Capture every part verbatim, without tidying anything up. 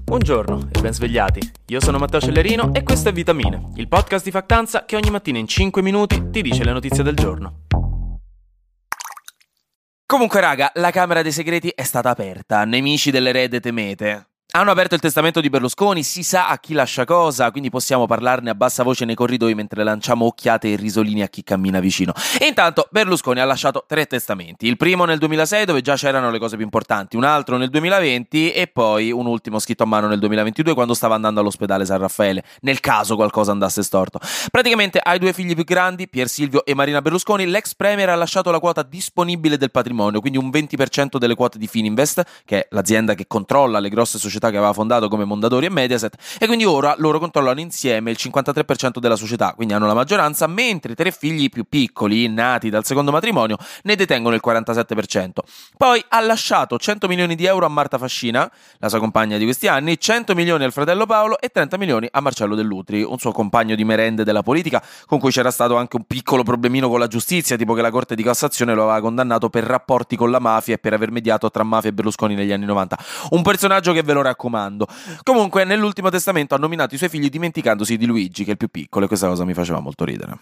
Buongiorno e ben svegliati. Io sono Matteo Cellerino e questo è Vitamine, il podcast di Factanza che ogni mattina in cinque minuti ti dice le notizie del giorno. Comunque raga, la Camera dei Segreti è stata aperta, nemici dell'erede temete. Hanno aperto il testamento di Berlusconi, si sa a chi lascia cosa, quindi possiamo parlarne a bassa voce nei corridoi mentre lanciamo occhiate e risolini a chi cammina vicino. E intanto Berlusconi ha lasciato tre testamenti, il primo nel duemilasei dove già c'erano le cose più importanti, un altro nel duemilaventi e poi un ultimo scritto a mano nel duemilaventidue quando stava andando all'ospedale San Raffaele, nel caso qualcosa andasse storto. Praticamente ai due figli più grandi, Pier Silvio e Marina Berlusconi, l'ex premier ha lasciato la quota disponibile del patrimonio, quindi un venti per cento delle quote di Fininvest, che è l'azienda che controlla le grosse società che aveva fondato come Mondadori e Mediaset, e quindi ora loro controllano insieme il cinquantatré per cento della società, quindi hanno la maggioranza, mentre i tre figli più piccoli, nati dal secondo matrimonio, ne detengono il quarantasette per cento. Poi ha lasciato cento milioni di euro a Marta Fascina, la sua compagna di questi anni, cento milioni al fratello Paolo e trenta milioni a Marcello Dell'Utri, un suo compagno di merende della politica, con cui c'era stato anche un piccolo problemino con la giustizia, tipo che la Corte di Cassazione lo aveva condannato per rapporti con la mafia e per aver mediato tra mafia e Berlusconi negli anni novanta. Un personaggio che ve lo raccomando. Comunque nell'ultimo testamento ha nominato i suoi figli dimenticandosi di Luigi, che è il più piccolo, e questa cosa mi faceva molto ridere.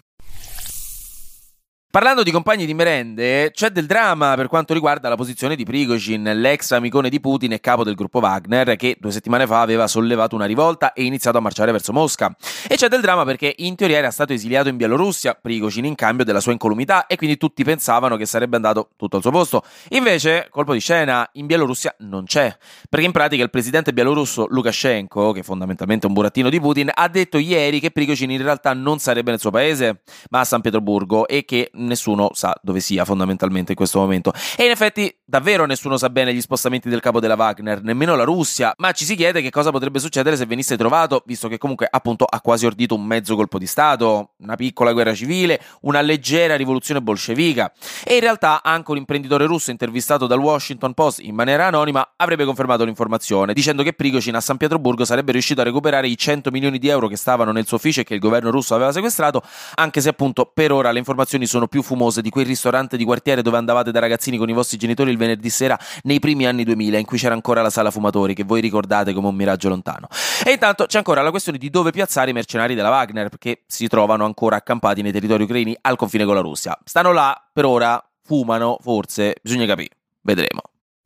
Parlando di compagni di merende, c'è del dramma per quanto riguarda la posizione di Prigozhin, l'ex amicone di Putin e capo del gruppo Wagner, che due settimane fa aveva sollevato una rivolta e iniziato a marciare verso Mosca. E c'è del dramma perché in teoria era stato esiliato in Bielorussia, Prigozhin, in cambio della sua incolumità, e quindi tutti pensavano che sarebbe andato tutto al suo posto. Invece, colpo di scena, in Bielorussia non c'è, perché in pratica il presidente bielorusso Lukashenko, che fondamentalmente è un burattino di Putin, ha detto ieri che Prigozhin in realtà non sarebbe nel suo paese, ma a San Pietroburgo, e che nessuno sa dove sia fondamentalmente in questo momento. E in effetti davvero nessuno sa bene gli spostamenti del capo della Wagner, nemmeno la Russia, ma ci si chiede che cosa potrebbe succedere se venisse trovato, visto che comunque appunto ha quasi ordito un mezzo colpo di stato, una piccola guerra civile, una leggera rivoluzione bolscevica. E in realtà anche un imprenditore russo intervistato dal Washington Post in maniera anonima avrebbe confermato l'informazione, dicendo che Prigozhin a San Pietroburgo sarebbe riuscito a recuperare i cento milioni di euro che stavano nel suo ufficio e che il governo russo aveva sequestrato, anche se appunto per ora le informazioni sono più fumose di quel ristorante di quartiere dove andavate da ragazzini con i vostri genitori il venerdì sera nei primi anni duemila, in cui c'era ancora la sala fumatori, che voi ricordate come un miraggio lontano. E intanto c'è ancora la questione di dove piazzare i mercenari della Wagner, perché si trovano ancora accampati nei territori ucraini al confine con la Russia. Stanno là, per ora, fumano, forse, bisogna capire, vedremo.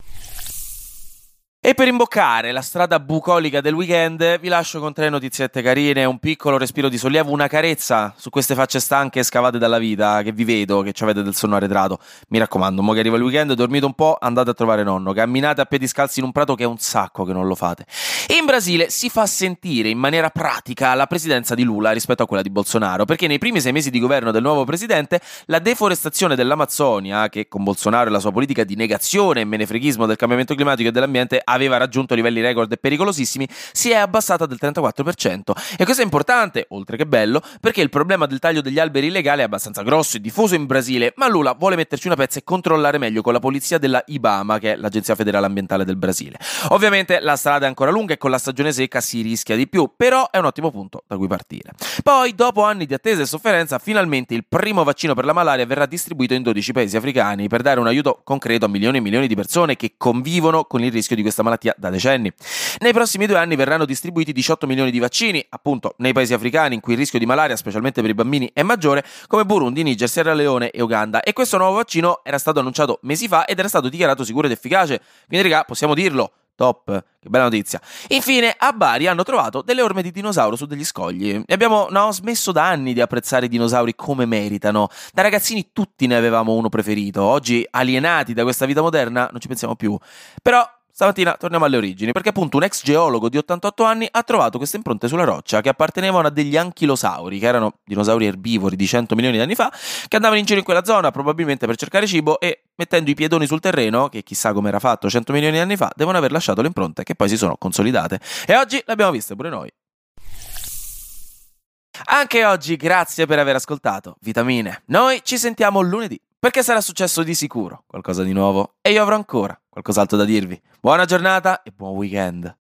E per imboccare la strada bucolica del weekend vi lascio con tre notiziette carine, un piccolo respiro di sollievo, una carezza su queste facce stanche e scavate dalla vita, che vi vedo, che ci avete del sonno arretrato. Mi raccomando, mo che arriva il weekend, dormite un po', andate a trovare nonno, camminate a piedi scalzi in un prato che è un sacco che non lo fate. E in Brasile si fa sentire in maniera pratica la presidenza di Lula rispetto a quella di Bolsonaro, perché nei primi sei mesi di governo del nuovo presidente la deforestazione dell'Amazzonia, che con Bolsonaro e la sua politica di negazione e menefreghismo del cambiamento climatico e dell'ambiente aveva raggiunto livelli record e pericolosissimi, si è abbassata del trentaquattro per cento. E questo è importante, oltre che bello, perché il problema del taglio degli alberi illegale è abbastanza grosso e diffuso in Brasile, ma Lula vuole metterci una pezza e controllare meglio con la polizia della IBAMA, che è l'Agenzia Federale Ambientale del Brasile. Ovviamente la strada è ancora lunga e con la stagione secca si rischia di più, però è un ottimo punto da cui partire. Poi, dopo anni di attesa e sofferenza, finalmente il primo vaccino per la malaria verrà distribuito in dodici paesi africani per dare un aiuto concreto a milioni e milioni di persone che convivono con il rischio di questa malattia da decenni. Nei prossimi due anni verranno distribuiti diciotto milioni di vaccini, appunto nei paesi africani in cui il rischio di malaria, specialmente per i bambini, è maggiore, come Burundi, Niger, Sierra Leone e Uganda. E questo nuovo vaccino era stato annunciato mesi fa ed era stato dichiarato sicuro ed efficace. Quindi, raga, possiamo dirlo. Top, che bella notizia. Infine, a Bari hanno trovato delle orme di dinosauro su degli scogli. E abbiamo no, smesso da anni di apprezzare i dinosauri come meritano. Da ragazzini tutti ne avevamo uno preferito. Oggi, alienati da questa vita moderna, non ci pensiamo più. Però stamattina torniamo alle origini, perché appunto un ex geologo di ottantotto anni ha trovato queste impronte sulla roccia che appartenevano a degli anchilosauri, che erano dinosauri erbivori di cento milioni di anni fa, che andavano in giro in quella zona probabilmente per cercare cibo e, mettendo i piedoni sul terreno, che chissà come era fatto cento milioni di anni fa, devono aver lasciato le impronte che poi si sono consolidate. E oggi le abbiamo viste pure noi. Anche oggi grazie per aver ascoltato Vitamine. Noi ci sentiamo lunedì, perché sarà successo di sicuro qualcosa di nuovo e io avrò ancora qualcos'altro da dirvi. Buona giornata e buon weekend.